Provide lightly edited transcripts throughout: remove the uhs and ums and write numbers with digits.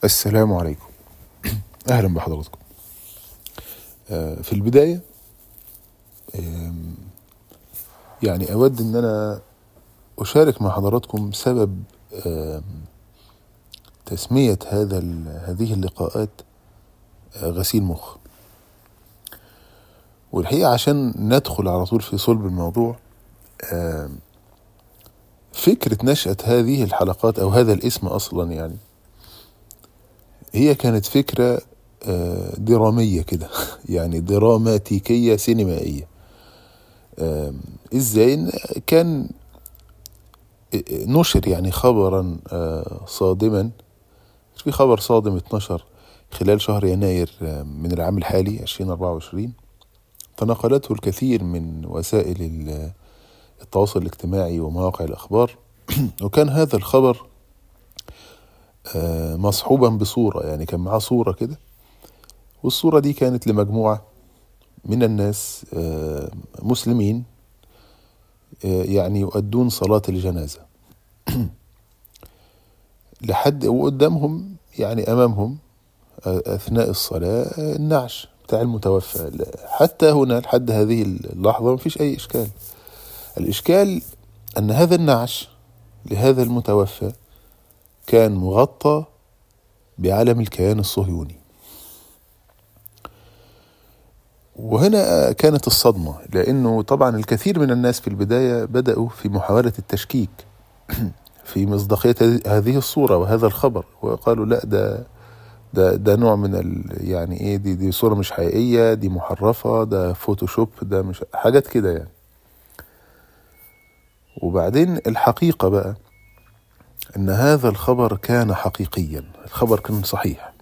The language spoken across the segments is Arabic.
السلام عليكم. أهلا بحضراتكم. في البداية يعني أود أن أنا أشارك مع حضراتكم سبب تسمية هذه اللقاءات غسيل مخ. والحقيقة عشان ندخل على طول في صلب الموضوع، فكرة نشأة هذه الحلقات أو هذا الاسم أصلا يعني هي كانت فكرة درامية كده يعني دراماتيكية سينمائية. إزاي كان نشر يعني خبرا صادما، في خبر صادم اتنشر خلال شهر يناير من العام الحالي 2024، تناقلته الكثير من وسائل التواصل الاجتماعي ومواقع الأخبار. وكان هذا الخبر مصحوبا بصورة، يعني كان معاه صورة كده، والصورة دي كانت لمجموعة من الناس مسلمين يعني يؤدون صلاة الجنازة لحد وقدامهم يعني أمامهم أثناء الصلاة النعش بتاع المتوفى. حتى هنا لحد هذه اللحظة مفيش أي إشكال. الإشكال أن هذا النعش لهذا المتوفى كان مغطى بعلم الكيان الصهيوني. وهنا كانت الصدمة، لأنه طبعا الكثير من الناس في البداية بدأوا في محاولة التشكيك في مصداقية هذه الصورة وهذا الخبر، وقالوا لا ده نوع من يعني ايه، دي صورة مش حقيقية، دي محرفة، ده فوتوشوب، ده مش حاجات كده يعني. وبعدين الحقيقة بقى ان هذا الخبر كان حقيقيا، الخبر كان صحيح،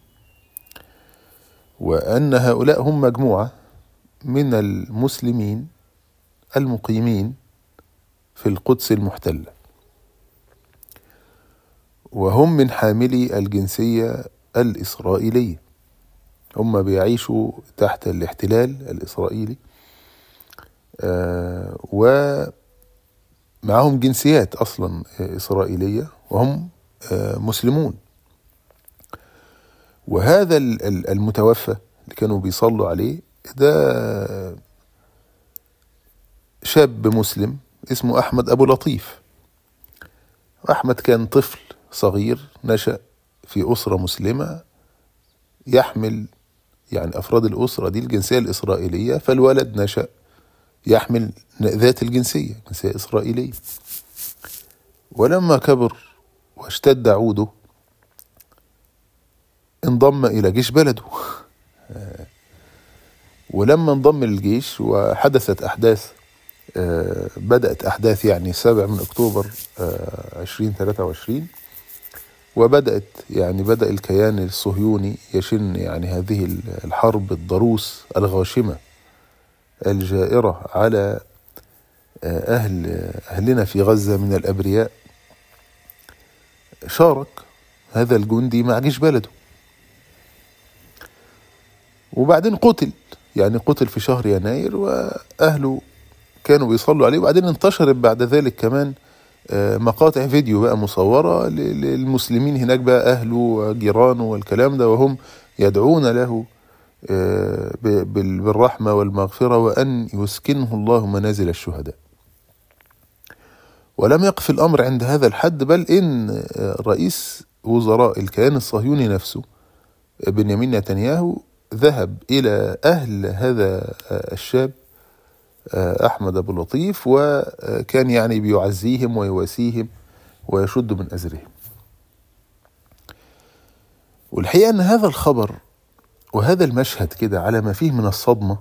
وان هؤلاء هم مجموعة من المسلمين المقيمين في القدس المحتلة، وهم من حاملي الجنسية الإسرائيلية. هم بيعيشوا تحت الاحتلال الإسرائيلي، ومعهم جنسيات أصلا إسرائيلية، وهم مسلمون. وهذا المتوفى اللي كانوا بيصلوا عليه ده شاب مسلم اسمه أحمد أبو لطيف. أحمد كان طفل صغير نشأ في أسرة مسلمة يحمل يعني أفراد الأسرة دي الجنسية الإسرائيلية، فالولد نشأ يحمل ذات الجنسية إسرائيلية. ولما كبر واشتد عوده انضم إلى جيش بلده. ولما انضم للجيش وحدثت أحداث، بدأت أحداث يعني 7 من أكتوبر 2023، وبدأ الكيان الصهيوني يشن يعني هذه الحرب الضروس الغاشمة الجائرة على أهلنا في غزة من الأبرياء. شارك هذا الجندي مع جيش بلده، وبعدين قتل في شهر يناير، وأهله كانوا بيصلوا عليه. وبعدين انتشرت بعد ذلك كمان مقاطع فيديو بقى مصورة للمسلمين هناك بقى، أهله وجيرانه والكلام ده، وهم يدعون له بالرحمة والمغفرة وأن يسكنه الله منازل الشهداء. ولم يقف الأمر عند هذا الحد، بل إن رئيس وزراء الكيان الصهيوني نفسه بنيامين نتنياهو ذهب إلى أهل هذا الشاب أحمد أبو لطيف، وكان يعني بيعزيهم ويواسيهم ويشد من أزرهم. والحقيقة أن هذا الخبر وهذا المشهد كده على ما فيه من الصدمة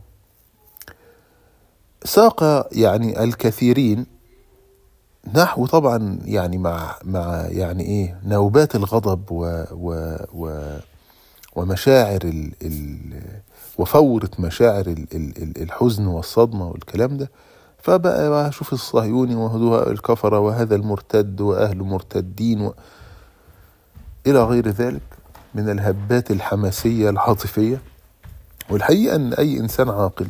ساق يعني الكثيرين نحو طبعا يعني مع يعني ايه نوبات الغضب ومشاعر وفورة مشاعر الحزن والصدمة والكلام ده. فبقى شوف الصهيوني وهدوء الكفرة وهذا المرتد وأهله مرتدين إلى غير ذلك من الهبات الحماسية العاطفية. والحقيقة أن أي إنسان عاقل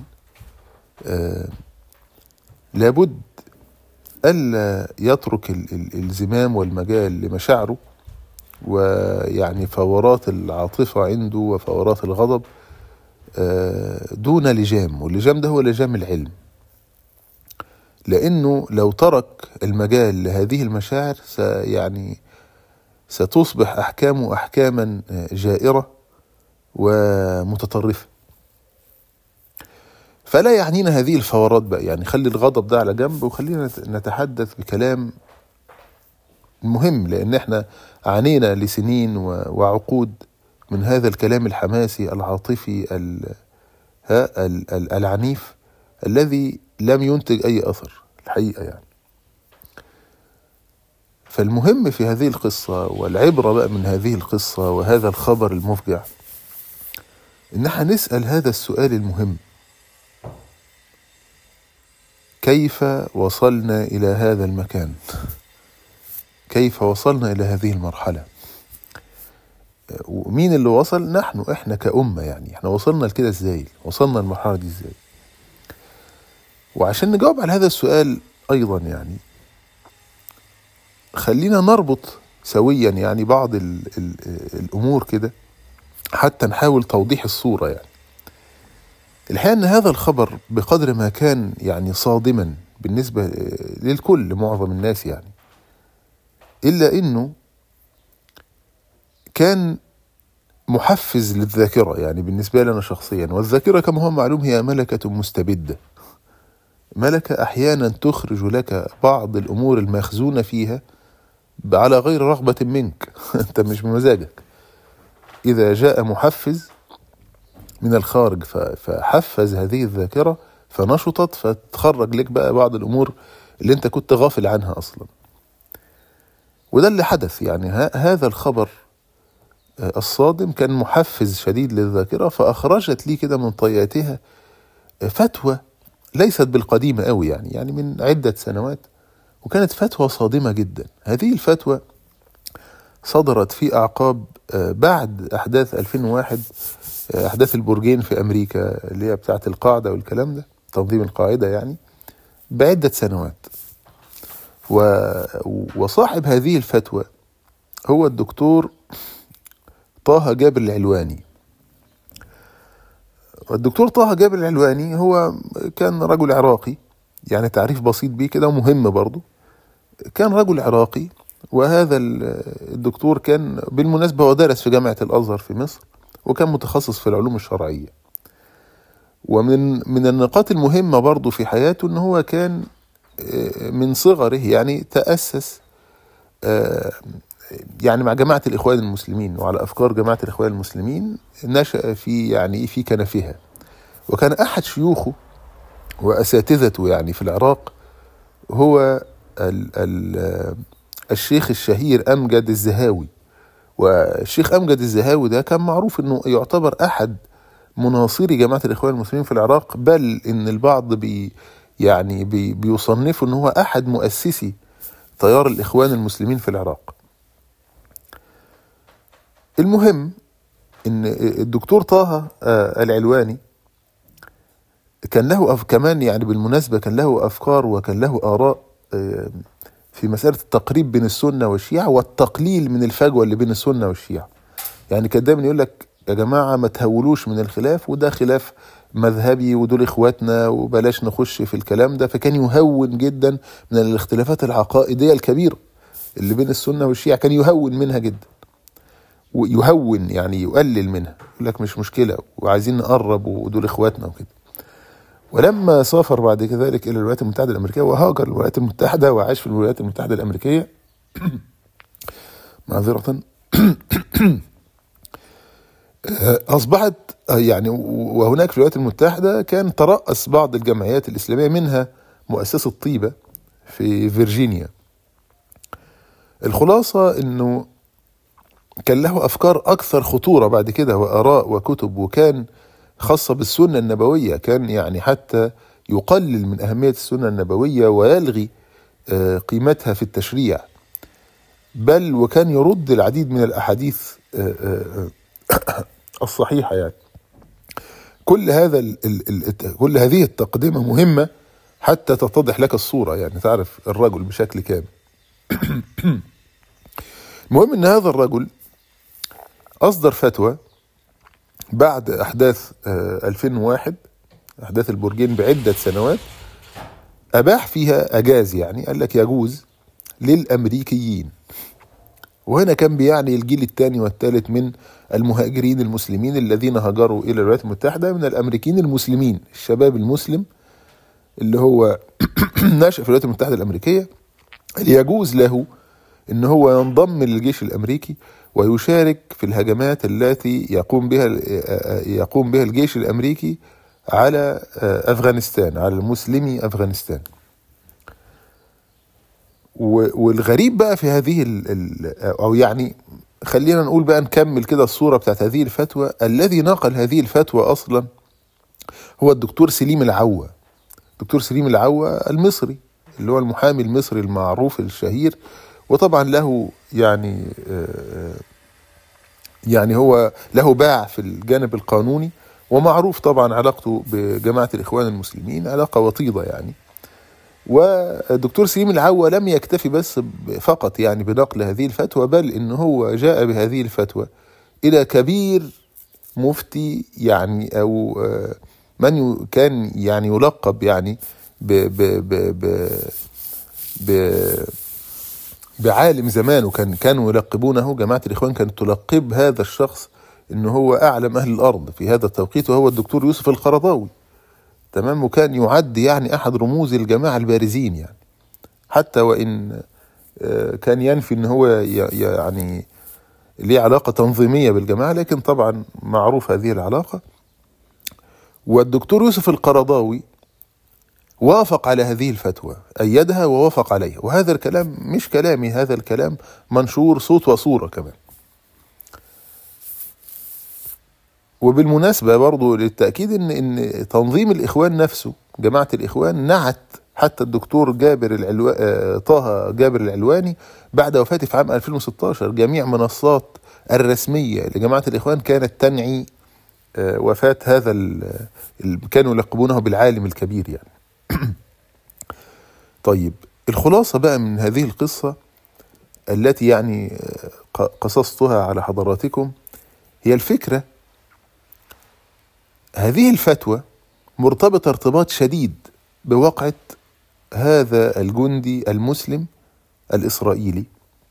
لابد ألا يترك الزمام والمجال لمشاعره ويعني فورات العاطفة عنده وفورات الغضب دون لجام، واللجام ده هو لجام العلم، لأنه لو ترك المجال لهذه المشاعر ستصبح أحكامه أحكاما جائرة ومتطرفة. فلا يعنينا هذه الفورات بقى، يعني خلي الغضب ده على جنب وخلينا نتحدث بكلام مهم، لأن احنا عانينا لسنين وعقود من هذا الكلام الحماسي العاطفي العنيف الذي لم ينتج أي أثر الحقيقة يعني. فالمهم في هذه القصة والعبرة بقى من هذه القصة وهذا الخبر المفجع إن احنا نسأل هذا السؤال المهم: كيف وصلنا إلى هذا المكان؟ كيف وصلنا إلى هذه المرحلة؟ ومين اللي وصل؟ احنا كأمة، يعني احنا وصلنا لكده ازاي؟ وصلنا المرحلة دي ازاي؟ وعشان نجاوب على هذا السؤال أيضا يعني خلينا نربط سويا يعني بعض الأمور كده حتى نحاول توضيح الصورة. يعني الحقيقة أن هذا الخبر بقدر ما كان يعني صادما بالنسبة للكل معظم الناس يعني، إلا أنه كان محفز للذاكرة يعني بالنسبة لنا شخصيا. والذاكرة كما هو معلوم هي ملكة مستبدة، ملكة أحيانا تخرج لك بعض الأمور المخزونة فيها على غير رغبة منك أنت مش بمزاجك. إذا جاء محفز من الخارج فحفز هذه الذاكرة فنشطت فتخرج لك بقى بعض الأمور اللي أنت كنت غافل عنها أصلا. وده اللي حدث يعني. هذا الخبر الصادم كان محفز شديد للذاكرة، فأخرجت لي كده من طياتها فتوى ليست بالقديمة قوي يعني من عدة سنوات، وكانت فتوى صادمة جدا. هذه الفتوى صدرت في أعقاب بعد أحداث 2001، أحداث البرجين في أمريكا اللي هي بتاعت القاعدة والكلام ده، تنظيم القاعدة يعني، بعدة سنوات. وصاحب هذه الفتوى هو الدكتور طه جابر العلواني. والدكتور طه جابر العلواني هو كان رجل عراقي، يعني تعريف بسيط بيه كده ومهم برضو. كان رجل عراقي، وهذا الدكتور كان بالمناسبة هو درس في جامعة الأزهر في مصر، وكان متخصص في العلوم الشرعية. ومن النقاط المهمة برضو في حياته أنه هو كان من صغره يعني تأسس يعني مع جماعة الإخوان المسلمين وعلى أفكار جماعة الإخوان المسلمين، نشأ في كنفها. وكان أحد شيوخه وأساتذته يعني في العراق هو الشيخ الشهير أمجد الزهاوي. والشيخ أمجد الزهاوي ده كان معروف أنه يعتبر أحد مناصري جماعة الإخوان المسلمين في العراق، بل إن البعض بيصنفوا أنه هو أحد مؤسسي تيار الإخوان المسلمين في العراق. المهم ان الدكتور طه العلواني كان له كمان يعني بالمناسبة كان له أفكار وكان له آراء في مسألة التقريب بين السنة والشيعة والتقليل من الفجوة اللي بين السنة والشيعة. يعني كان دايما يقول لك يا جماعة ما تهولوش من الخلاف، وده خلاف مذهبي ودول إخواتنا وبلاش نخش في الكلام ده. فكان يهون جدا من الاختلافات العقائدية الكبيرة اللي بين السنة والشيعة، كان يهون منها جدا، ويهون يعني يقلل منها، يقول لك مش مشكلة وعايزين نقرب ودول إخواتنا وكده. ولما سافر بعد ذلك إلى الولايات المتحدة الأمريكية وهاجر الولايات المتحدة وعاش في الولايات المتحدة الأمريكية معذرة أصبحت يعني، وهناك في الولايات المتحدة كان ترأس بعض الجمعيات الإسلامية منها مؤسسة طيبة في فيرجينيا. الخلاصة إنه كان له أفكار أكثر خطورة بعد كده وآراء وكتب، وكان خاصة بالسنة النبوية. كان يعني حتى يقلل من أهمية السنة النبوية ويلغي قيمتها في التشريع، بل وكان يرد العديد من الأحاديث الصحيحة. يعني كل هذه التقدمة مهمة حتى تتضح لك الصورة، يعني تعرف الرجل بشكل كامل. المهم ان هذا الرجل اصدر فتوى بعد احداث 2001، احداث البرجين بعدة سنوات، اباح فيها، اجاز يعني، قال لك يجوز للامريكيين، وهنا كان بيعني الجيل الثاني والثالث من المهاجرين المسلمين الذين هاجروا الى الولايات المتحدة، من الامريكيين المسلمين، الشباب المسلم اللي هو نشأ في الولايات المتحدة الامريكية، اللي يجوز له ان هو ينضم للجيش الامريكي ويشارك في الهجمات التي يقوم بها الجيش الامريكي على افغانستان، على مسلمي افغانستان. والغريب بقى في هذه او يعني خلينا نقول بقى، نكمل كده الصورة بتاعت هذه الفتوى. الذي نقل هذه الفتوى اصلا هو الدكتور سليم العوة. دكتور سليم العوة المصري، اللي هو المحامي المصري المعروف الشهير، وطبعا له يعني هو له باع في الجانب القانوني، ومعروف طبعا علاقته بجماعة الإخوان المسلمين علاقة وطيدة يعني. والدكتور سليم العوة لم يكتفي بس فقط يعني بنقل هذه الفتوى، بل إن هو جاء بهذه الفتوى إلى كبير مفتي يعني، أو من كان يعني يلقب يعني بعالم زمان، وكانوا يلقبونه، جماعة الإخوان كانت تلقب هذا الشخص إنه هو أعلم أهل الأرض في هذا التوقيت، وهو الدكتور يوسف القرضاوي. تمام. وكان يعد يعني أحد رموز الجماعة البارزين يعني، حتى وإن كان ينفي إن هو يعني ليه علاقة تنظيمية بالجماعة، لكن طبعا معروف هذه العلاقة. والدكتور يوسف القرضاوي وافق على هذه الفتوى، أيدها ووافق عليها، وهذا الكلام مش كلامي، هذا الكلام منشور صوت وصورة كمان. وبالمناسبة برضو للتأكيد إن تنظيم الإخوان نفسه، جماعة الإخوان، نعت حتى الدكتور طه جابر العلواني بعد وفاته في عام 2016. جميع منصات الرسمية لجماعة الإخوان كانت تنعي وفاة هذا كانوا يلقبونه بالعالم الكبير يعني. طيب، الخلاصة بقى من هذه القصة التي يعني قصصتها على حضراتكم، هي الفكرة: هذه الفتوى مرتبطة ارتباط شديد بواقعة هذا الجندي المسلم الإسرائيلي.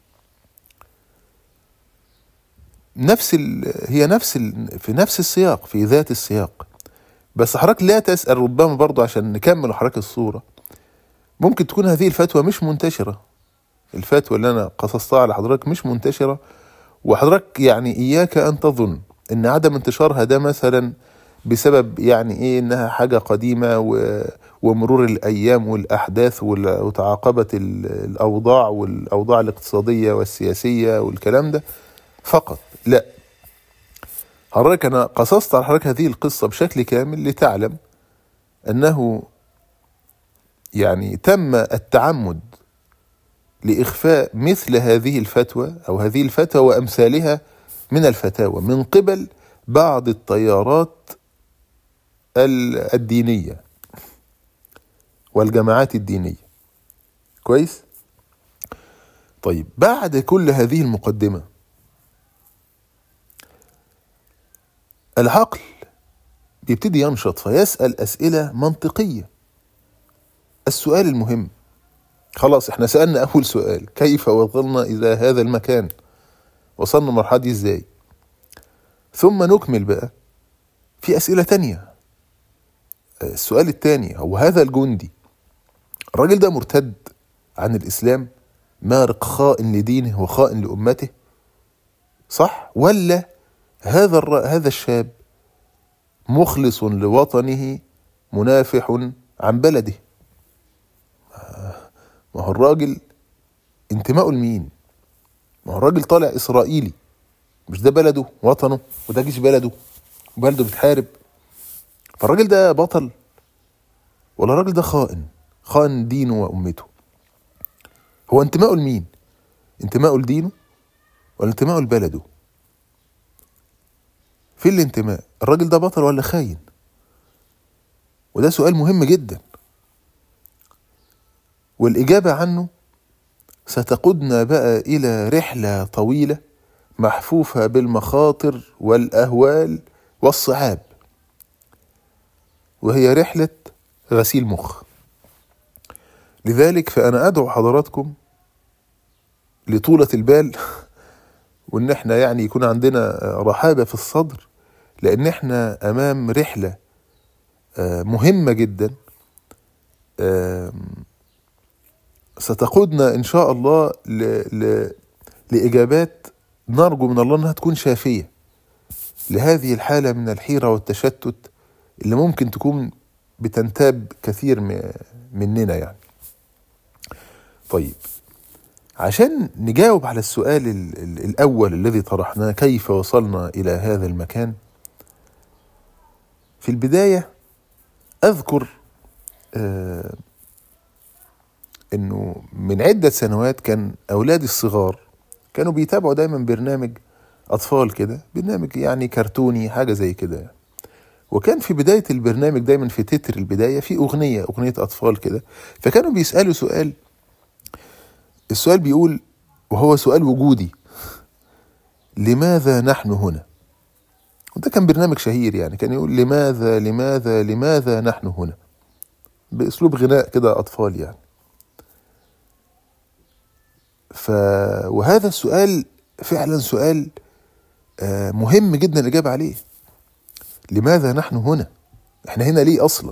في نفس السياق، في ذات السياق. بس حضرتك لا تسأل، ربما برضو عشان نكمل حضرتك الصورة، ممكن تكون هذه الفتوى مش منتشرة. الفتوى اللي أنا قصصتها على حضرتك مش منتشرة، وحضرتك يعني إياك أن تظن إن عدم انتشارها ده مثلا بسبب يعني إيه، إنها حاجة قديمة ومرور الأيام والأحداث وتعاقبت الأوضاع الاقتصادية والسياسية والكلام ده فقط. لا، حضرتك أنا قصصت على حضرتك هذه القصة بشكل كامل لتعلم أنه يعني تم التعمد لإخفاء مثل هذه الفتوى أو هذه الفتوى وأمثالها من الفتاوى من قبل بعض التيارات الدينية والجماعات الدينية. كويس؟ طيب، بعد كل هذه المقدمة، العقل بيبتدي ينشط فيسأل أسئلة منطقية. السؤال المهم، خلاص احنا سألنا أول سؤال: كيف وصلنا إلى هذا المكان؟ وصلنا مرحلة دي ازاي؟ ثم نكمل بقى في أسئلة تانية. السؤال التاني هو: هذا الجندي، الراجل ده مرتد عن الإسلام، مارق، خائن لدينه وخائن لأمته، صح؟ ولا هذا الشاب مخلص لوطنه، منافح عن بلده؟ ما هو الراجل انتماءه لمين؟ ما هو الراجل طالع إسرائيلي، مش ده بلده وطنه، وده جيش بلده وبلده بتحارب. فالراجل ده بطل ولا الراجل ده خائن دينه وأمته؟ هو انتماءه لمين؟ انتماءه لدينه ولا انتماءه لبلده؟ في الانتماء الراجل ده بطل ولا خاين؟ وده سؤال مهم جدا، والإجابة عنه ستقودنا بقى إلى رحلة طويلة محفوفة بالمخاطر والأهوال والصعاب، وهي رحلة غسيل مخ. لذلك فأنا أدعو حضراتكم لطولة البال وإن احنا يعني يكون عندنا رحابة في الصدر، لأن احنا أمام رحلة مهمة جدا ستقودنا إن شاء الله لإجابات نرجو من الله أنها تكون شافية لهذه الحالة من الحيرة والتشتت اللي ممكن تكون بتنتاب كثير مننا يعني. طيب، عشان نجاوب على السؤال الأول الذي طرحناه، كيف وصلنا إلى هذا المكان، في البداية أذكر أنه من عدة سنوات كان أولادي الصغار كانوا بيتابعوا دايما برنامج أطفال كده، برنامج يعني كرتوني حاجة زي كده يعني. وكان في بداية البرنامج دايما في تتر البداية في أغنية أطفال كده، فكانوا بيسألوا سؤال. السؤال بيقول، وهو سؤال وجودي: لماذا نحن هنا؟ وده كان برنامج شهير يعني، كان يقول لماذا لماذا لماذا نحن هنا، بأسلوب غناء كده أطفال يعني. وهذا السؤال فعلا سؤال مهم جدا الإجابة عليه. لماذا نحن هنا؟ احنا هنا ليه أصلا؟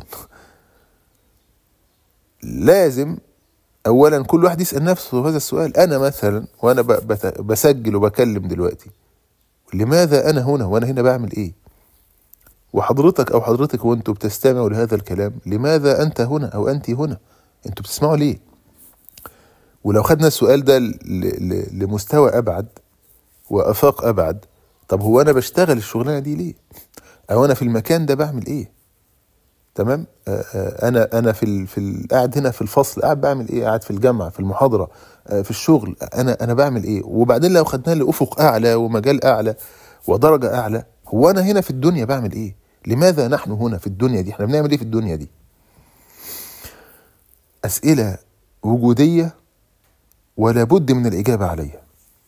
لازم أولا كل واحد يسأل نفسه هذا السؤال. أنا مثلا وأنا بسجل وبكلم دلوقتي، لماذا أنا هنا؟ وأنا هنا بعمل إيه؟ وحضرتك أو حضرتك وأنتوا بتستمعوا لهذا الكلام، لماذا أنت هنا أو أنت هنا؟ أنتوا بتسمعوا ليه؟ ولو خدنا السؤال ده لمستوى أبعد وأفاق أبعد، طب هو أنا بشتغل الشغلانة دي ليه؟ أو أنا في المكان ده بعمل إيه؟ تمام؟ أنا في قاعد هنا في الفصل، قاعد بعمل إيه؟ قاعد في الجامعة، في المحاضرة، في الشغل، أنا بعمل إيه؟ وبعدين لو خدناه لأفق أعلى ومجال أعلى ودرجة أعلى، هو أنا هنا في الدنيا بعمل إيه؟ لماذا نحن هنا في الدنيا دي؟ إحنا بنعمل إيه في الدنيا دي؟ أسئلة وجودية ولا بد من الإجابة عليها.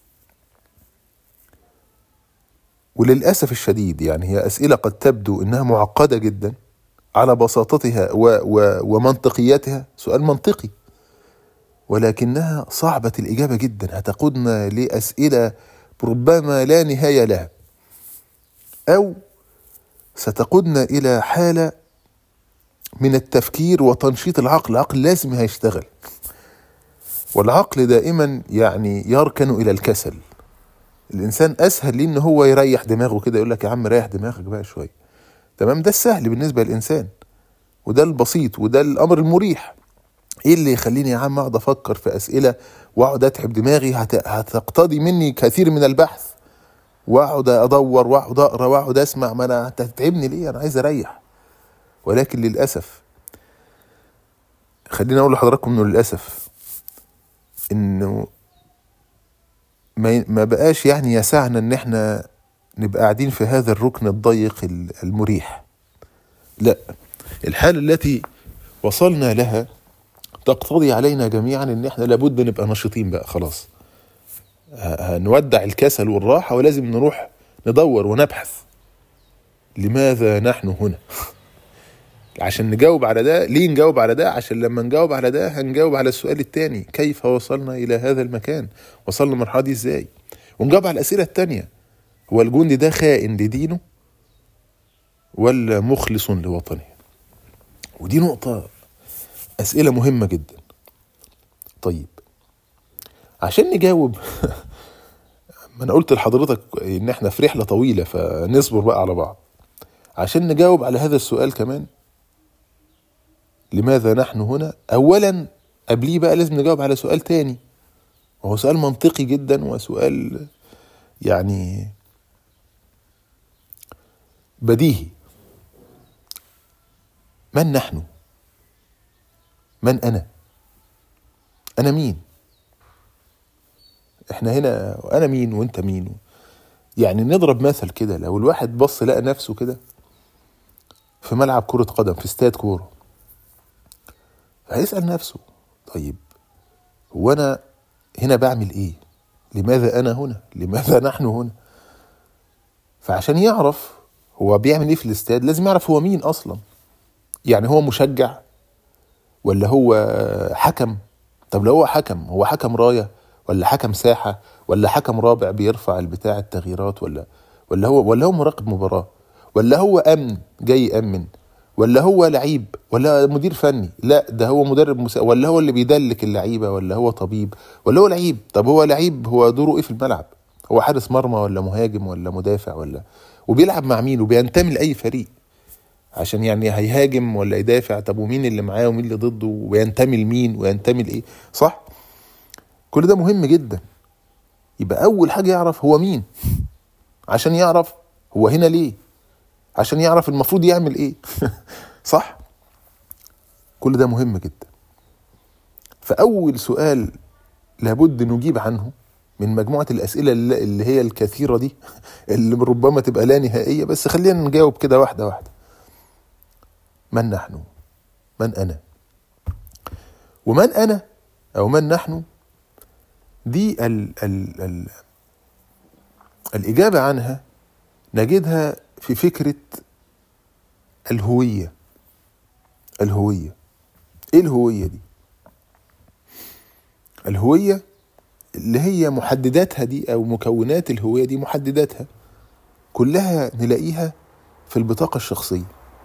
وللأسف الشديد يعني هي أسئلة قد تبدو إنها معقدة جدا على بساطتها ومنطقيتها، سؤال منطقي، ولكنها صعبة الإجابة جدا، هتقودنا لأسئلة ربما لا نهاية لها، أو ستقودنا إلى حالة من التفكير وتنشيط العقل. العقل لازم هيشتغل، والعقل دائما يعني يركن إلى الكسل. الإنسان أسهل ليه إن هو يريح دماغه كده، يقول لك يا عم ريح دماغك بقى شوية، تمام؟ ده السهل بالنسبة للإنسان، وده البسيط، وده الأمر المريح. إيه اللي يخليني يا عم أقعد أفكر في أسئلة وأقعد أتعب دماغي؟ هتقتضي مني كثير من البحث، وأقعد أدور وأقعد أقرأ وأقعد أسمع. ما أنا هتتعبني ليه؟ أنا عايز أريح. ولكن للأسف، خليني أقول لحضراتكم إنه للأسف إنه ما بقاش يعني يسعنا إن إحنا نبقى قاعدين في هذا الركن الضيق المريح. لا، الحالة التي وصلنا لها تقتضي علينا جميعا إن إحنا لابد نبقى نشيطين بقى خلاص، هنودع الكسل والراحة، ولازم نروح ندور ونبحث لماذا نحن هنا. عشان نجاوب على ده. ليه نجاوب على ده؟ عشان لما نجاوب على ده هنجاوب على السؤال التاني: كيف وصلنا إلى هذا المكان؟ وصلنا المرحلة دي إزاي؟ ونجاوب على الأسئلة التانية: هو الجندي ده خائن لدينه ولا مخلص لوطنه؟ ودي نقطة، أسئلة مهمة جدا. طيب، عشان نجاوب ما أنا قلت لحضرتك إن إحنا في رحلة طويلة، فنصبر بقى على بعض. عشان نجاوب على هذا السؤال كمان، لماذا نحن هنا، أولا قبليه بقى لازم نجاوب على سؤال تاني، وهو سؤال منطقي جدا وسؤال يعني بديهي: من نحن؟ من أنا؟ أنا مين؟ إحنا هنا، أنا مين وإنت مين؟ يعني نضرب مثل كده، لو الواحد بص لقى نفسه كده في ملعب كرة قدم، في استاد كورة، هيسأل نفسه: طيب هو أنا هنا بعمل ايه؟ لماذا انا هنا؟ لماذا نحن هنا؟ فعشان يعرف هو بيعمل ايه في الاستاد لازم يعرف هو مين اصلا. يعني هو مشجع ولا هو حكم؟ طب لو هو حكم، هو حكم راية ولا حكم ساحة ولا حكم رابع بيرفع البتاع التغييرات، ولا هو مراقب مباراة، ولا هو امن جاي يأمن، ولا هو لعيب، ولا مدير فني؟ لا، ده هو مدرب ولا هو اللي بيدلك اللعيبة، ولا هو طبيب، ولا هو لعيب؟ طب هو لعيب، هو دوره ايه في الملعب؟ هو حارس مرمى ولا مهاجم ولا مدافع وبيلعب مع مين وبينتمي لأي فريق؟ عشان يعني هيهاجم ولا يدافع؟ طب ومين اللي معاه ومين اللي ضده وينتمي لمين وينتمي لإيه؟ صح؟ كل ده مهم جدا. يبقى أول حاجة يعرف هو مين، عشان يعرف هو هنا ليه، عشان يعرف المفروض يعمل إيه. صح؟ كل ده مهم جدا. فأول سؤال لابد نجيب عنه من مجموعة الأسئلة اللي هي الكثيرة دي، اللي ربما تبقى لا نهائية، بس خلينا نجاوب كده واحدة واحدة. من نحن؟ من أنا؟ ومن أنا أو من نحن دي الإجابة عنها نجدها في فكرة الهوية. الهوية إيه الهوية دي؟ الهوية اللي هي محدداتها دي أو مكونات الهوية دي، محدداتها كلها نلاقيها في البطاقة الشخصية.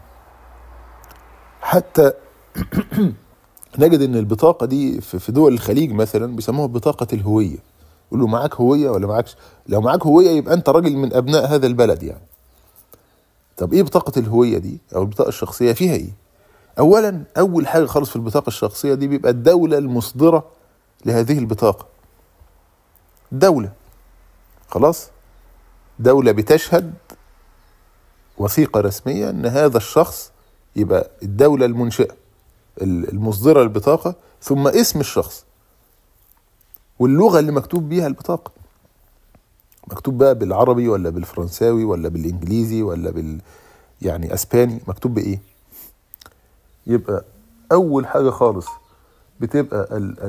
حتى نجد ان البطاقة دي في دول الخليج مثلا بيسموها بطاقة الهوية. يقولوا معاك هوية ولا معاكش؟ لو معاك هوية يبقى انت راجل من ابناء هذا البلد يعني. طب ايه بطاقة الهوية دي او البطاقة الشخصية؟ فيها ايه؟ اولا، اول حاجة خالص في البطاقة الشخصية دي بيبقى الدولة المصدرة لهذه البطاقة. دولة، خلاص، دولة بتشهد وثيقة رسمية ان هذا الشخص، يبقى الدولة المنشئة المصدرة للبطاقة، ثم اسم الشخص واللغة اللي مكتوب بيها البطاقة. مكتوب بقى بالعربي ولا بالفرنساوي ولا بالإنجليزي ولا يعني أسباني، مكتوب بإيه؟ يبقى أول حاجة خالص بتبقى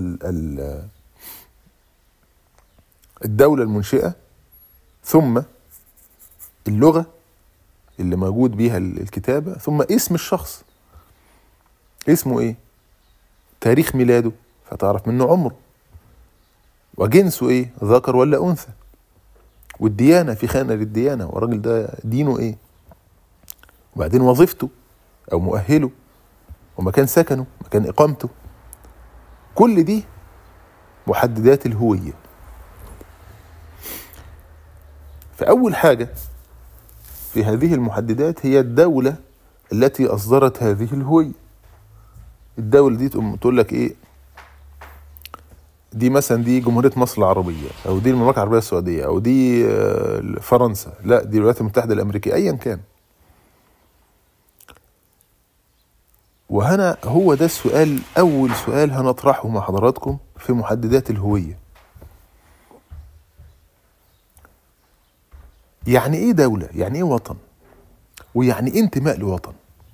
الدولة المنشئة، ثم اللغة اللي موجود بيها الكتابة، ثم اسم الشخص. اسمه إيه؟ تاريخ ميلاده فتعرف منه عمره، وجنسه إيه؟ ذكر ولا أنثى، والديانة في خانة للديانة، والراجل ده دينه إيه، وبعدين وظيفته أو مؤهله، ومكان سكنه، مكان إقامته. كل دي محددات الهوية. فأول حاجة في هذه المحددات هي الدولة التي أصدرت هذه الهوية. الدولة دي تقول لك إيه؟ دي مثلا دي جمهورية مصر العربية، أو دي المملكة العربية السعودية، أو دي فرنسا، لا دي الولايات المتحدة الأمريكية، أيا كان. وهنا هو ده السؤال، أول سؤال هنطرحه مع حضراتكم في محددات الهوية. يعني إيه دولة؟ يعني إيه وطن؟ ويعني إيه انتماء لوطن؟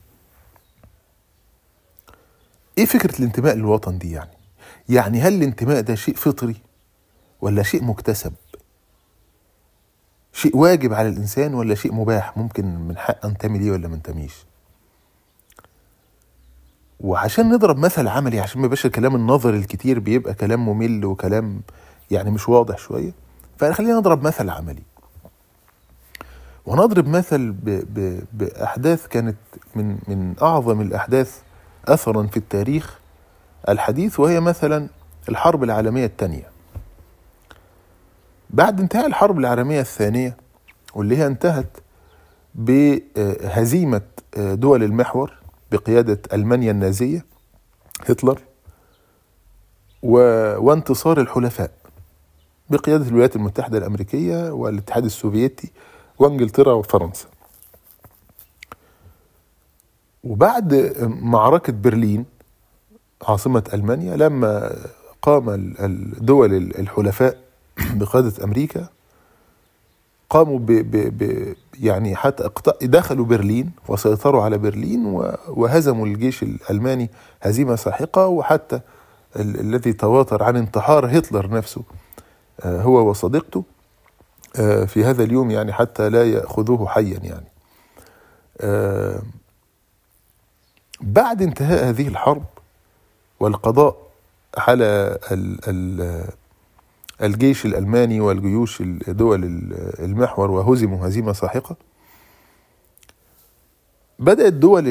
إيه فكرة الانتماء للوطن دي؟ يعني هل الانتماء ده شيء فطري ولا شيء مكتسب؟ شيء واجب على الإنسان ولا شيء مباح ممكن من حق أنتمي ليه ولا منتميش؟ وعشان نضرب مثل عملي، عشان ما يبقاش الكلام النظري الكتير بيبقى كلام ممل وكلام يعني مش واضح شوية، فخلينا نضرب مثل عملي. ونضرب مثل بأحداث كانت من أعظم الأحداث أثرا في التاريخ الحديث، وهي مثلا الحرب العالمية الثانية. بعد انتهاء الحرب العالمية الثانية، واللي هي انتهت بهزيمة دول المحور بقيادة ألمانيا النازية هتلر، وانتصار الحلفاء بقيادة الولايات المتحدة الأمريكية والاتحاد السوفيتي وانجلترا وفرنسا. وبعد معركة برلين عاصمة ألمانيا، لما قام الدول الحلفاء بقيادة أمريكا قاموا يعني حتى دخلوا برلين وسيطروا على برلين وهزموا الجيش الألماني هزيمة ساحقة، وحتى الذي تواتر عن انتحار هتلر نفسه هو وصديقته في هذا اليوم، يعني حتى لا يأخذوه حيا يعني. بعد انتهاء هذه الحرب والقضاء على الجيش الألماني والجيوش دول المحور وهزموا هزيمة ساحقة، بدأت دول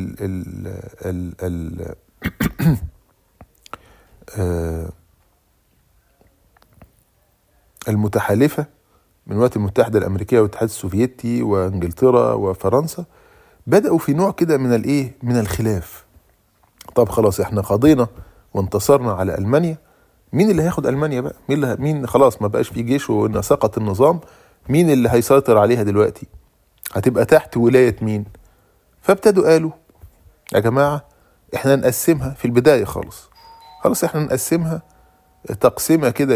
المتحالفة من الولايات المتحدة الأمريكية والاتحاد السوفيتي وانجلترا وفرنسا بدأوا في نوع كده من الخلاف. طب خلاص احنا قضينا وانتصرنا على ألمانيا، مين اللي هياخد ألمانيا بقى؟ مين خلاص ما بقاش في جيش وإن سقط النظام، مين اللي هيسيطر عليها دلوقتي؟ هتبقى تحت ولاية مين؟ فابتدوا قالوا يا جماعة احنا نقسمها في البداية خلاص احنا نقسمها تقسيمة كده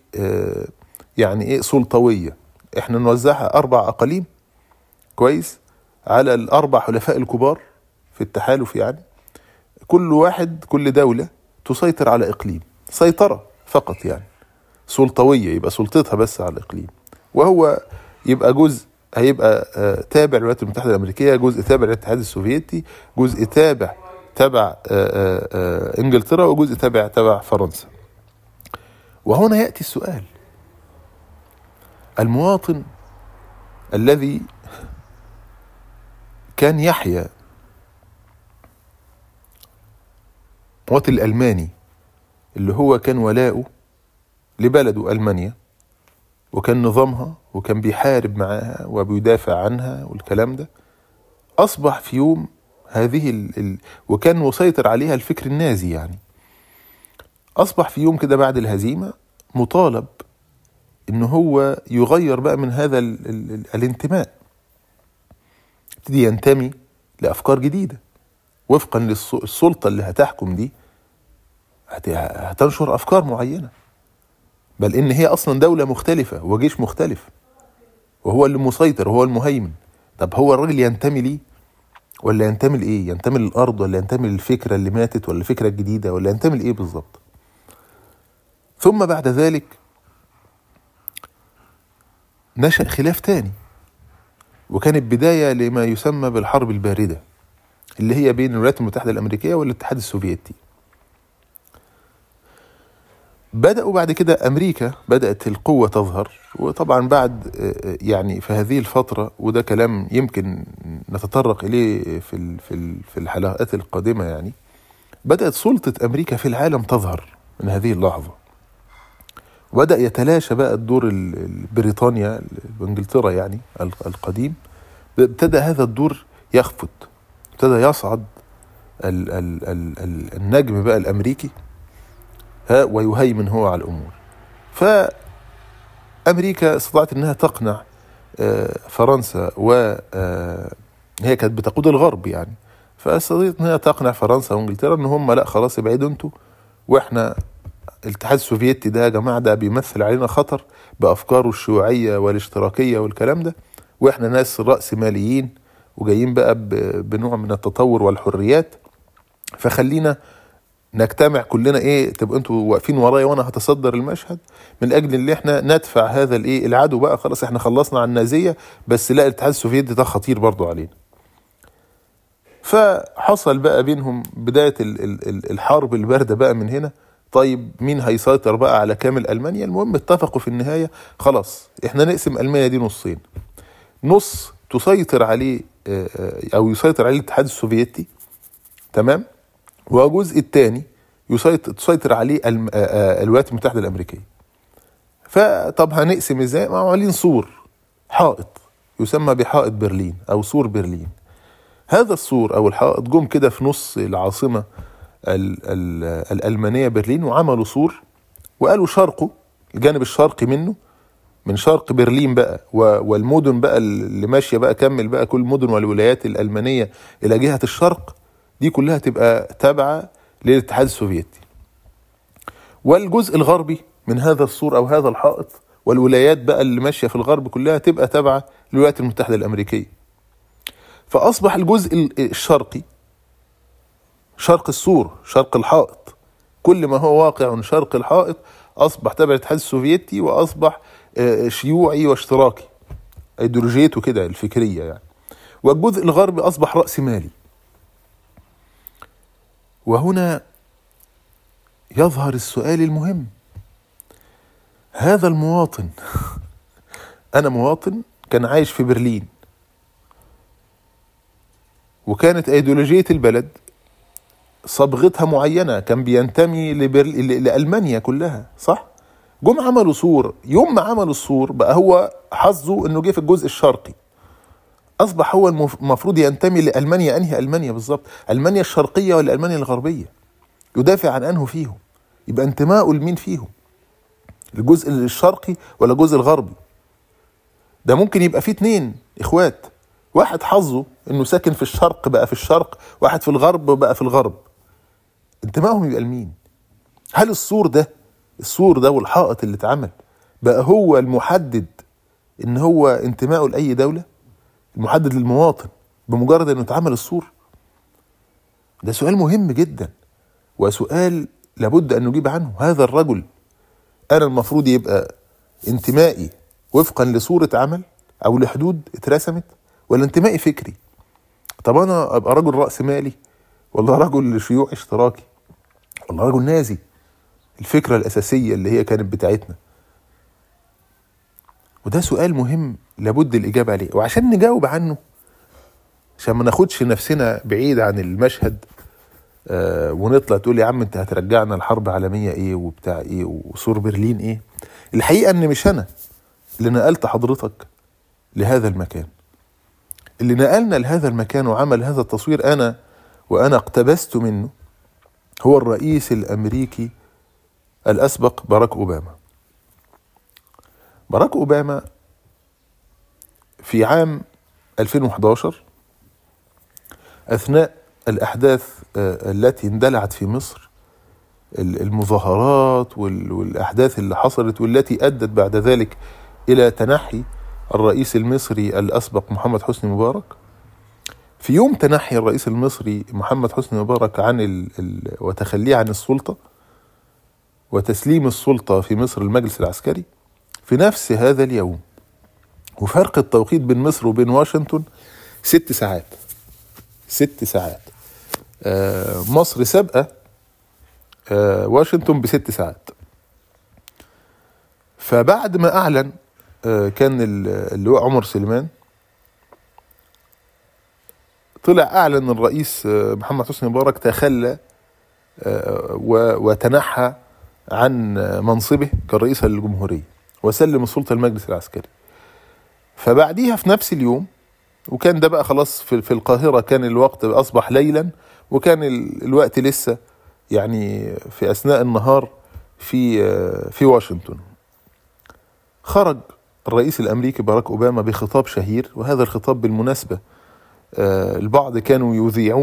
يعني سلطوية. احنا نوزعها 4 أقاليم كويس على ال4 حلفاء الكبار في التحالف، يعني كل دولة تسيطر على إقليم، سيطرة فقط يعني سلطوية، يبقى سلطتها بس على الإقليم، وهو يبقى جزء هيبقى تابع للولايات المتحدة الأمريكية، جزء تابع للاتحاد السوفيتي، جزء تبع انجلترا، وجزء تبع فرنسا. وهنا يأتي السؤال: المواطن الذي كان يحيا، المواطن الألماني اللي هو كان ولاؤه لبلده ألمانيا وكان نظامها وكان بيحارب معاها وبيدافع عنها والكلام ده، أصبح في يوم هذه وكان مسيطر عليها الفكر النازي، يعني أصبح في يوم كده بعد الهزيمة مطالب إنه هو يغير بقى من هذا الانتماء، يبتدي ينتمي لأفكار جديدة وفقا للسلطة اللي هتحكم دي، هتنشر أفكار معينة، بل إن هي أصلا دولة مختلفة وجيش مختلف وهو اللي مسيطر وهو المهيمن. طب هو الراجل ينتمي ليه؟ ولا ينتمي لإيه؟ ينتمي للأرض ولا ينتمي للفكرة اللي ماتت ولا الفكرة الجديدة ولا ينتمي لإيه بالظبط؟ ثم بعد ذلك نشأ خلاف تاني، وكانت بداية لما يسمى بالحرب الباردة اللي هي بين الولايات المتحدة الأمريكية والاتحاد السوفيتي. بدأوا بعد كده أمريكا بدأت القوة تظهر، وطبعا بعد يعني في هذه الفترة، وده كلام يمكن نتطرق إليه في الحلقات القادمة، يعني بدأت سلطة أمريكا في العالم تظهر من هذه اللحظة، وبدأ يتلاشى بقى الدور بريطانيا وإنجلترا يعني القديم، ابتدى هذا الدور يخفت، ابتدى يصعد النجم بقى الأمريكي ويهيمن هو على الأمور. فأمريكا استطاعت أنها تقنع فرنسا، هي كانت بتقود الغرب يعني، فاستطاعت أنها تقنع فرنسا وإنجلترا أن هم لا خلاص ابعدوا انتوا، وإحنا الاتحاد السوفيتي ده يا جماعة ده بيمثل علينا خطر بأفكاره الشيوعية والاشتراكية والكلام ده، وإحنا ناس رأس ماليين وجايين بقى بنوع من التطور والحريات، فخلينا نجتمع كلنا تبقى انتوا واقفين ورايا وانا هتصدر المشهد من اجل ان احنا ندفع هذا العدو بقى. خلاص احنا خلصنا عن النازية، بس لا الاتحاد السوفيتي ده خطير برضو علينا. فحصل بقى بينهم بداية الحرب الباردة بقى من هنا. طيب مين هيسيطر بقى على كامل ألمانيا؟ المهم اتفقوا في النهاية خلاص احنا نقسم ألمانيا دي نصين، نص تسيطر عليه او يسيطر عليه الاتحاد السوفيتي، تمام، وجزء الثاني تسيطر عليه الولايات المتحدة الأمريكية. فطب هنقسم ازاي؟ عاملين سور، حائط يسمى بحائط برلين او سور برلين. هذا السور او الحائط جم كده في نص العاصمة الألمانية برلين، وعملوا سور وقالوا شرقه، الجانب الشرقي منه من شرق برلين بقى والمدن بقى اللي ماشية بقى، كمل بقى كل المدن والولايات الألمانية إلى جهة الشرق دي كلها تبقى تابعة للاتحاد السوفيتي، والجزء الغربي من هذا السور أو هذا الحائط والولايات بقى اللي ماشية في الغرب كلها تبقى تابعة للولايات المتحدة الأمريكية. فأصبح الجزء الشرقي، شرق السور، شرق الحائط، كل ما هو واقع شرق الحائط أصبح تبع الاتحاد السوفيتي، وأصبح شيوعي واشتراكي، ايديولوجيته كده الفكرية يعني. والجزء الغربي أصبح رأسمالي. وهنا يظهر السؤال المهم: هذا المواطن أنا مواطن كان عايش في برلين، وكانت ايديولوجية البلد صبغتها معينة، كان بينتمي لألمانيا كلها، صح؟ جم عملوا سور، يوم ما عملوا السور بقى هو حظه انه جه في الجزء الشرقي، اصبح هو المفروض ينتمي لألمانيا. انهي ألمانيا بالظبط؟ ألمانيا الشرقية ولا ألمانيا الغربية؟ يدافع عن انه فيهم؟ يبقى انتماءه لمين فيهم؟ الجزء الشرقي ولا الجزء الغربي؟ ده ممكن يبقى فيه 2 اخوات، واحد حظه انه ساكن في الشرق بقى في الشرق، واحد في الغرب بقى في الغرب. انتمائهم يبقى لمين؟ هل السور ده والحائط اللي اتعمل بقى هو المحدد ان هو انتمائه لأي دولة؟ المحدد للمواطن بمجرد انه اتعمل السور؟ ده سؤال مهم جدا، وسؤال لابد ان نجيب عنه. هذا الرجل انا المفروض يبقى انتمائي وفقا لصورة عمل او لحدود اترسمت، ولا انتمائي فكري؟ طب انا ابقى رجل رأس مالي، ولا رجل شيوعي اشتراكي، ولا رجل نازي؟ الفكرة الأساسية اللي هي كانت بتاعتنا. وده سؤال مهم لابد الإجابة عليه. وعشان نجاوب عنه، عشان ما ناخدش نفسنا بعيد عن المشهد ونطلع تقول يا عم انت هترجعنا الحرب العالمية ايه وبتاع ايه وسور برلين ايه. الحقيقة ان مش انا اللي نقلت حضرتك لهذا المكان. اللي نقلنا لهذا المكان وعمل هذا التصوير وانا اقتبست منه هو الرئيس الامريكي الاسبق باراك اوباما. باراك اوباما في عام 2011 اثناء الاحداث التي اندلعت في مصر، المظاهرات والاحداث اللي حصلت والتي ادت بعد ذلك الى تنحي الرئيس المصري الاسبق محمد حسني مبارك. في يوم تنحي الرئيس المصري محمد حسني مبارك عن وتخليه عن السلطة وتسليم السلطة في مصر المجلس العسكري، في نفس هذا اليوم، وفرق التوقيت بين مصر وبين واشنطن 6 ساعات. 6 ساعات. مصر سابقة واشنطن ب6 ساعات. فبعد ما أعلن كان اللواء عمر سليمان طلع أعلن الرئيس محمد حسني مبارك تخلى وتنحى عن منصبه كرئيس للجمهورية وسلم السلطة المجلس العسكري. فبعديها في نفس اليوم، وكان ده بقى خلاص في القاهرة كان الوقت أصبح ليلا، وكان الوقت لسه يعني في أثناء النهار في واشنطن، خرج الرئيس الأمريكي باراك أوباما بخطاب شهير. وهذا الخطاب بالمناسبة البعض كانوا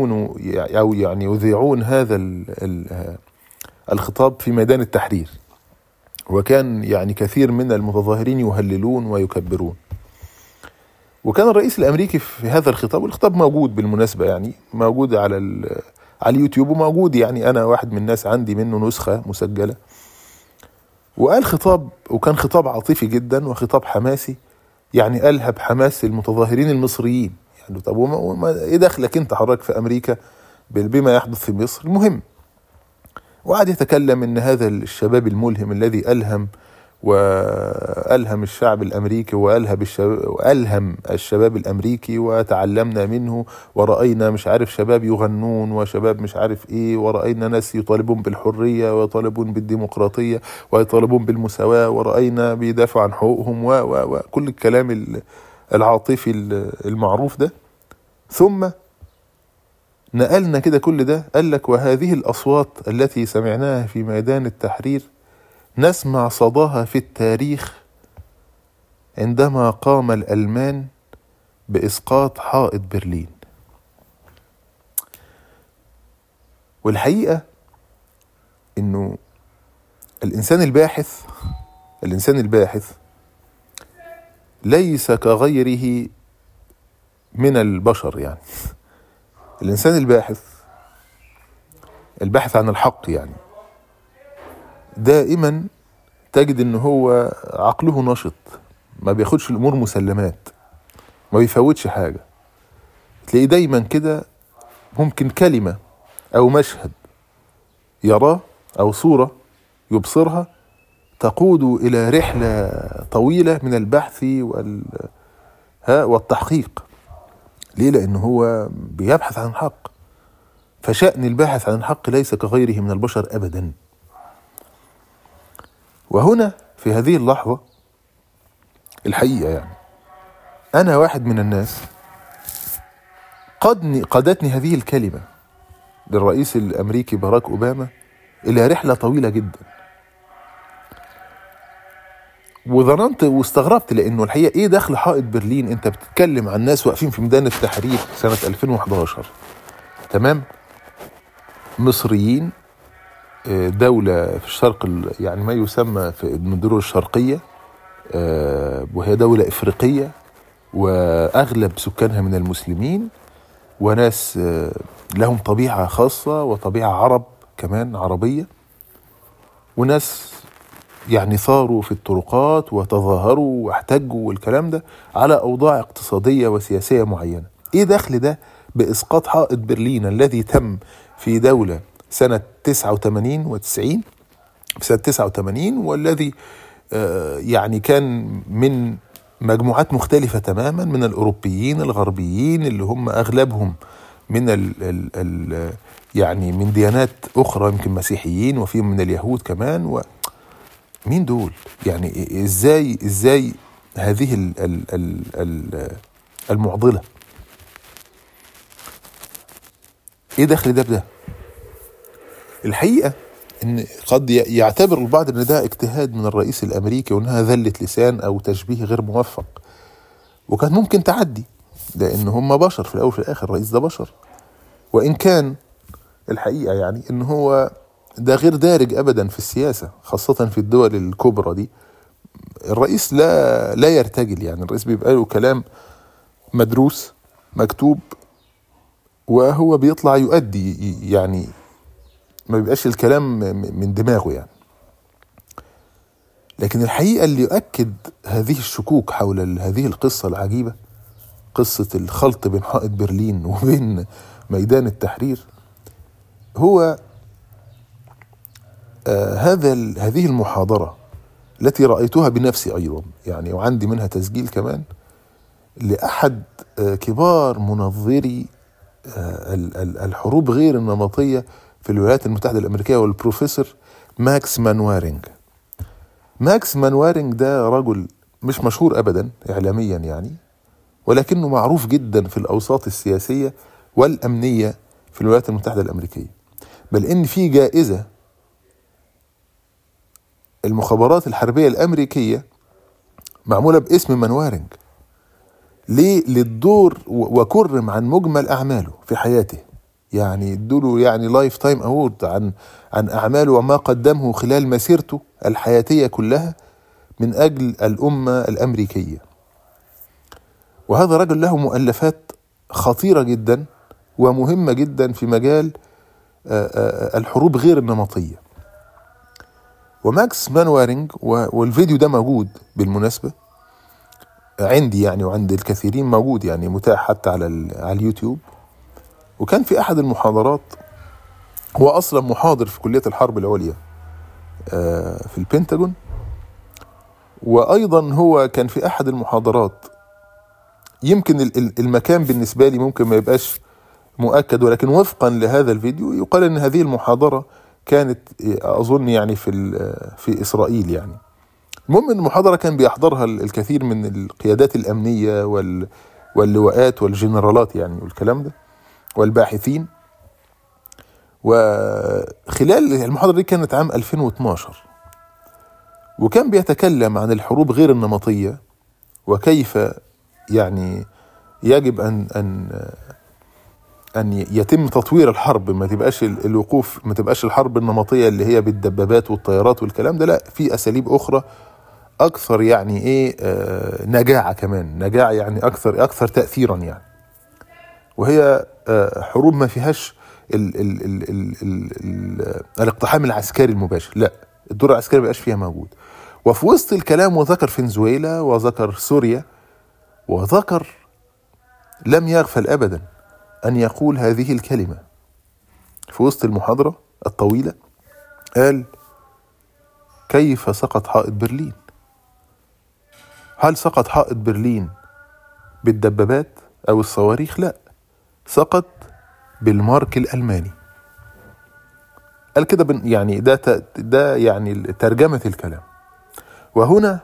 يذيعون هذا الخطاب في ميدان التحرير، وكان يعني كثير من المتظاهرين يهللون ويكبرون. وكان الرئيس الأمريكي في هذا الخطاب، والخطاب موجود بالمناسبة يعني موجود على اليوتيوب، وموجود يعني أنا واحد من الناس عندي منه نسخة مسجلة. وقال خطاب، وكان خطاب عاطفي جدا وخطاب حماسي، يعني ألهب حماس المتظاهرين المصريين. يعني طب ايه دخلك انت حضرتك في أمريكا بما يحدث في مصر؟ المهم، وقعد يتكلم ان هذا الشباب الملهم الذي ألهم الشعب الأمريكي وألهم الشباب الأمريكي، وتعلمنا منه، ورأينا مش عارف شباب يغنون وشباب مش عارف ايه، ورأينا ناس يطالبون بالحرية ويطالبون بالديمقراطية ويطالبون بالمساواة، ورأينا بيدافعوا عن حقوقهم وكل الكلام العاطفي المعروف ده. ثم نقلنا كده كل ده، قال لك وهذه الأصوات التي سمعناها في ميدان التحرير نسمع صداها في التاريخ عندما قام الألمان بإسقاط حائط برلين. والحقيقة إنه الإنسان الباحث ليس كغيره من البشر. يعني الإنسان الباحث عن الحق، يعني دائما تجد ان هو عقله نشط، ما بياخدش الامور مسلمات، ما بيفوتش حاجة. تلاقيه دايما كده ممكن كلمة او مشهد يراه او صورة يبصرها تقود الى رحلة طويلة من البحث والتحقيق. ليه؟ لانه هو بيبحث عن الحق، فشأن الباحث عن الحق ليس كغيره من البشر ابدا. وهنا في هذه اللحظة الحقيقة يعني أنا واحد من الناس قادتني هذه الكلمة للرئيس الأمريكي باراك أوباما إلى رحلة طويلة جدا. وظننت واستغربت، لأنه الحقيقة إيه دخل حائط برلين؟ أنت بتتكلم عن ناس واقفين في ميدان التحرير سنة 2011، تمام؟ مصريين، دولة في الشرق يعني ما يسمى في الدول الشرقية، وهي دولة إفريقية وأغلب سكانها من المسلمين، وناس لهم طبيعة خاصة وطبيعة عرب كمان عربية، وناس يعني ثاروا في الطرقات وتظاهروا واحتجوا والكلام ده على أوضاع اقتصادية وسياسية معينة. إيه دخل ده بإسقاط حائط برلين الذي تم في دولة سنة 89 و90، سنة 89، والذي يعني كان من مجموعات مختلفة تماما من الأوروبيين الغربيين اللي هم أغلبهم من يعني من ديانات أخرى، يمكن مسيحيين وفيهم من اليهود كمان. مين دول؟ يعني إزاي هذه المعضلة؟ إيه دخل ده بده؟ الحقيقة إن قد يعتبر البعض إن ده اجتهاد من الرئيس الأمريكي وإنها ذلة لسان أو تشبيه غير موفق، وكان ممكن تعدي، لأن هم بشر في الأول وفي الآخر، الرئيس ده بشر. وإن كان الحقيقة يعني إن هو ده غير دارج أبدا في السياسة، خاصة في الدول الكبرى دي. الرئيس لا يرتجل، يعني الرئيس بيبقى له كلام مدروس مكتوب وهو بيطلع يؤدي، يعني ما بيبقاش الكلام من دماغه يعني. لكن الحقيقة اللي يؤكد هذه الشكوك حول هذه القصة العجيبة، قصة الخلط بين حائط برلين وبين ميدان التحرير، هو هذه المحاضرة التي رأيتها بنفسي أيضا يعني، وعندي منها تسجيل كمان لأحد كبار منظري الحروب غير النمطية في الولايات المتحدة الأمريكية، والبروفيسور ماكس مانوارينج. ماكس مانوارينج ده رجل مش مشهور أبدا إعلاميا يعني، ولكنه معروف جدا في الأوساط السياسية والأمنية في الولايات المتحدة الأمريكية، بل إن في جائزة المخابرات الحربية الأمريكية معمولة باسم مانوارينج. ليه؟ للدور، وكرم عن مجمل أعماله في حياته، يعني ادوله يعني لايف تايم أوورد عن أعماله وما قدمه خلال مسيرته الحياتية كلها من أجل الأمة الأمريكية. وهذا رجل له مؤلفات خطيرة جدا ومهمة جدا في مجال الحروب غير النمطية. وماكس مانوارينج، والفيديو ده موجود بالمناسبة عندي يعني وعند الكثيرين، موجود يعني متاح حتى على اليوتيوب. وكان في أحد المحاضرات، هو أصلا محاضر في كلية الحرب العليا في البنتاجون، وأيضا هو كان في أحد المحاضرات، يمكن المكان بالنسبة لي ممكن ما يبقاش مؤكد، ولكن وفقا لهذا الفيديو يقال أن هذه المحاضرة كانت أظن يعني في إسرائيل يعني. المهم أن المحاضرة كان بيحضرها الكثير من القيادات الأمنية واللواءات والجنرالات يعني والكلام ده والباحثين. وخلال المحاضرة دي كانت عام 2012، وكان بيتكلم عن الحروب غير النمطية وكيف يعني يجب أن يتم تطوير الحرب، ما تبقاش الوقوف، ما تبقاش الحرب النمطية اللي هي بالدبابات والطيارات والكلام ده، لا، في أساليب أخرى أكثر يعني نجاعة، كمان نجاعة يعني أكثر تأثيرا يعني، وهي حروب ما فيهاش الاقتحام العسكري المباشر، لا، الدور العسكري مبقاش فيها موجود. وفي وسط الكلام وذكر فنزويلا وذكر سوريا وذكر، لم يغفل أبدا أن يقول هذه الكلمة في وسط المحاضرة الطويلة. قال: كيف سقط حائط برلين؟ هل سقط حائط برلين بالدبابات أو الصواريخ؟ لا، سقط بالمارك الألماني. قال كده يعني ده يعني ترجمة الكلام. وهنا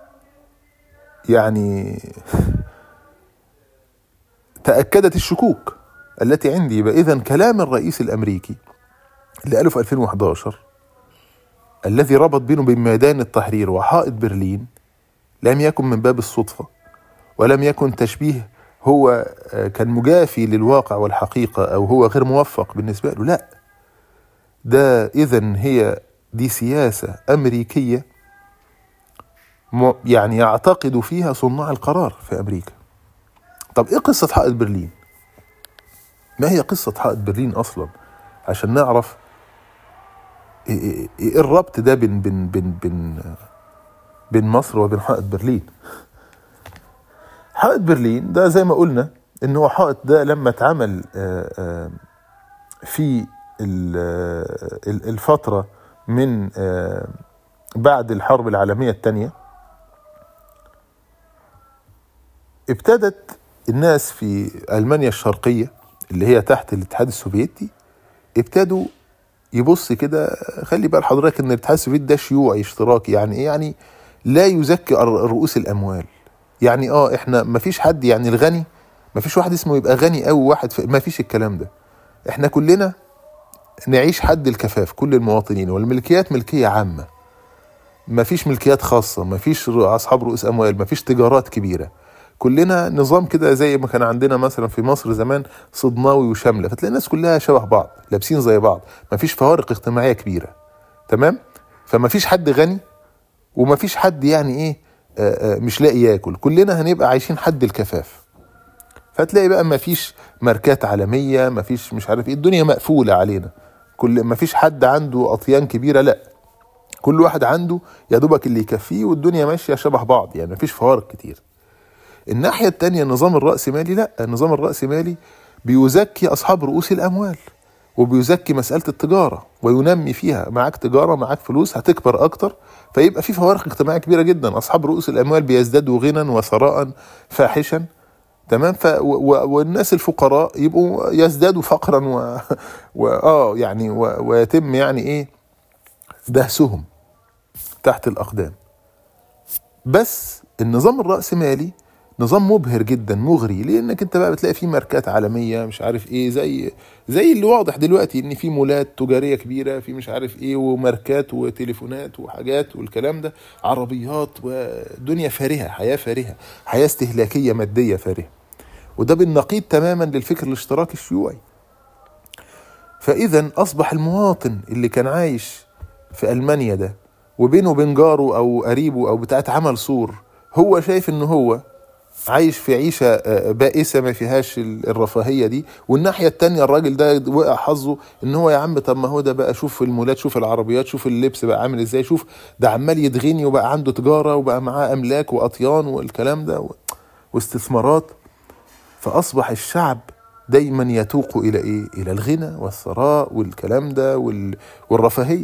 يعني تأكدت الشكوك التي عندي. يبقى إذن كلام الرئيس الأمريكي اللي قاله في 2011 الذي ربط بينه بين ميدان التحرير وحائط برلين لم يكن من باب الصدفة، ولم يكن تشبيه هو كان مجافي للواقع والحقيقة أو هو غير موفق بالنسبة له. لا، ده إذن هي دي سياسة أمريكية يعني يعتقد فيها صناع القرار في أمريكا. طب إيه قصة حائط برلين؟ ما هي قصة حائط برلين أصلا عشان نعرف إيه الربط ده بين مصر وبين حائط برلين. حائط برلين ده زي ما قلنا إن هو حائط ده لما اتعمل في الفترة من بعد الحرب العالمية الثانية، ابتدت الناس في ألمانيا الشرقية اللي هي تحت الاتحاد السوفيتي ابتدوا يبص كده. خلي بقى حضرتك ان الاتحاد السوفيتي ده شيوعي اشتراكي، يعني ايه؟ يعني لا يزكي رؤوس الاموال. يعني احنا ما فيش حد، يعني الغني ما فيش واحد اسمه يبقى غني او واحد ما فيش الكلام ده. احنا كلنا نعيش حد الكفاف، كل المواطنين، والملكيات ملكية عامة، ما فيش ملكيات خاصة، ما فيش اصحاب رؤوس اموال، ما فيش تجارات كبيرة. كلنا نظام كده زي ما كان عندنا مثلا في مصر زمان صدناوي وشاملة، فتلاقي الناس كلها شبه بعض، لابسين زي بعض، ما فيش فوارق اجتماعية كبيرة. تمام؟ فما فيش حد غني وما فيش حد يعني ايه مش لاقي ياكل، كلنا هنبقى عايشين حد الكفاف. فتلاقي بقى ما فيش ماركات عالمية، ما فيش مش عارف ايه، الدنيا مقفولة علينا، ما فيش حد عنده أطيان كبيرة، لا، كل واحد عنده يا دوبك اللي يكفيه والدنيا ماشية شبه بعض، يعني ما فيش فوارق كتير. الناحية التانية النظام الرأسمالي لا، النظام الرأسمالي بيزكي أصحاب رؤوس الأموال وبيزكي مسألة التجارة وينمي فيها. معاك تجارة، معاك فلوس، هتكبر أكتر، فيبقى في فوارق اجتماعية كبيرة جدا. أصحاب رؤوس الأموال بيزدادوا غنى وثراء فاحشا. تمام؟ والناس الفقراء يبقوا يزدادوا فقرا يعني ويتم يعني ايه دهسهم تحت الأقدام. بس النظام الرأسمالي نظام مبهر جدا، مغري، لانك انت بقى بتلاقي فيه ماركات عالميه، مش عارف ايه، زي اللي واضح دلوقتي ان في مولات تجاريه كبيره، في مش عارف ايه، وماركات وتليفونات وحاجات والكلام ده، عربيات، ودنيا فارهه، حياه فارهه، حياه استهلاكيه ماديه فارهه. وده بالنقيض تماما للفكر الاشتراكي الشيوعي. فاذا اصبح المواطن اللي كان عايش في المانيا ده وبينه وبين جاره او قريبه او بتاعت عمل سور، هو شايف انه هو عايش في عيشة بائسة ما فيهاش الرفاهية دي، والناحية التانية الراجل ده وقع حظه ان هو يا عم طب ما هو ده بقى، شوف المولات، شوف العربيات، شوف اللبس بقى عامل ازاي، شوف ده عمال يتغني وبقى عنده تجارة وبقى معاه املاك واطيان والكلام ده واستثمارات. فاصبح الشعب دايما يتوق الى ايه؟ الى الغنى والثراء والكلام ده والرفاهية.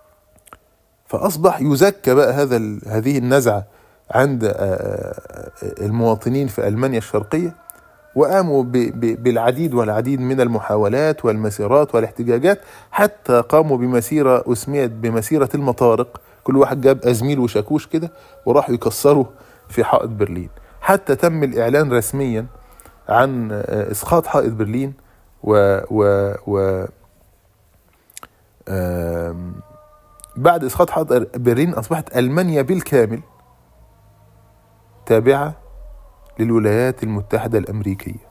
فاصبح يزكى بقى هذه النزعة عند المواطنين في ألمانيا الشرقية، وقاموا بالعديد والعديد من المحاولات والمسيرات والاحتجاجات، حتى قاموا بمسيرة أسميت بمسيرة المطارق. كل واحد جاب أزميل وشاكوش كده وراحوا يكسروا في حائط برلين، حتى تم الإعلان رسميا عن إسقاط حائط برلين. بعد إسقاط حائط برلين أصبحت ألمانيا بالكامل تابعة للولايات المتحدة الأمريكية،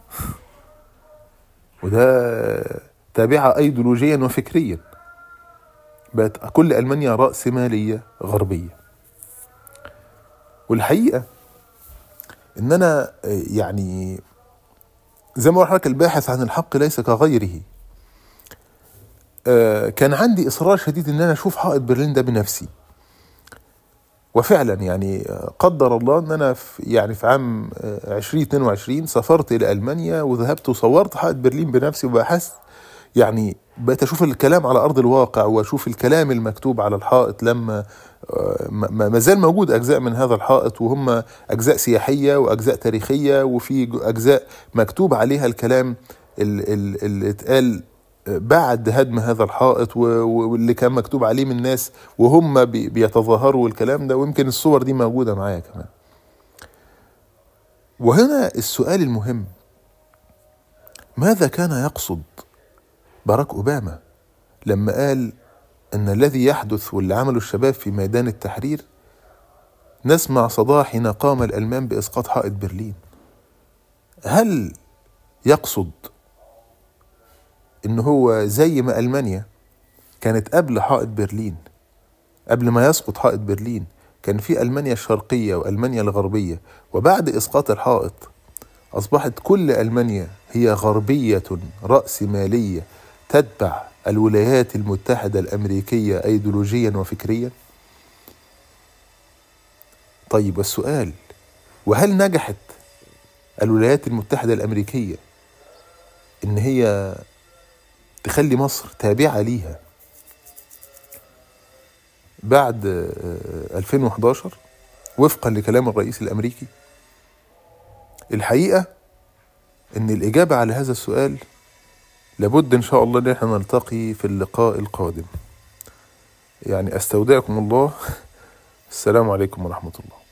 وده تابعة أيديولوجيا وفكريا. بقت كل ألمانيا رأسمالية غربية. والحقيقة إن أنا يعني زي ما قلت لك، الباحث عن الحق ليس كغيره. كان عندي إصرار شديد إن أنا أشوف حائط برلين ده بنفسي. وفعلا يعني قدر الله ان انا في عام 2022 سافرت الى المانيا وذهبت وصورت حائط برلين بنفسي، وبحثت يعني بقيت اشوف الكلام على ارض الواقع واشوف الكلام المكتوب على الحائط. لما ما زال موجود اجزاء من هذا الحائط، وهم اجزاء سياحيه واجزاء تاريخيه، وفي اجزاء مكتوب عليها الكلام اللي اتقال بعد هدم هذا الحائط واللي كان مكتوب عليه من الناس وهم بيتظاهروا الكلام ده، ويمكن الصور دي موجودة معايا كمان. وهنا السؤال المهم: ماذا كان يقصد باراك أوباما لما قال أن الذي يحدث واللي عمله الشباب في ميدان التحرير نسمع صداه حين قام الألمان بإسقاط حائط برلين؟ هل يقصد إن هو زي ما ألمانيا كانت قبل حائط برلين، قبل ما يسقط حائط برلين كان في ألمانيا الشرقية وألمانيا الغربية، وبعد إسقاط الحائط أصبحت كل ألمانيا هي غربية رأسمالية تتبع الولايات المتحدة الأمريكية أيديولوجيا وفكريا؟ طيب والسؤال: وهل نجحت الولايات المتحدة الأمريكية إن هي تخلي مصر تابعة ليها بعد 2011 وفقا لكلام الرئيس الأمريكي؟ الحقيقة إن الإجابة على هذا السؤال لابد إن شاء الله إن احنا نلتقي في اللقاء القادم. يعني أستودعكم الله. السلام عليكم ورحمة الله.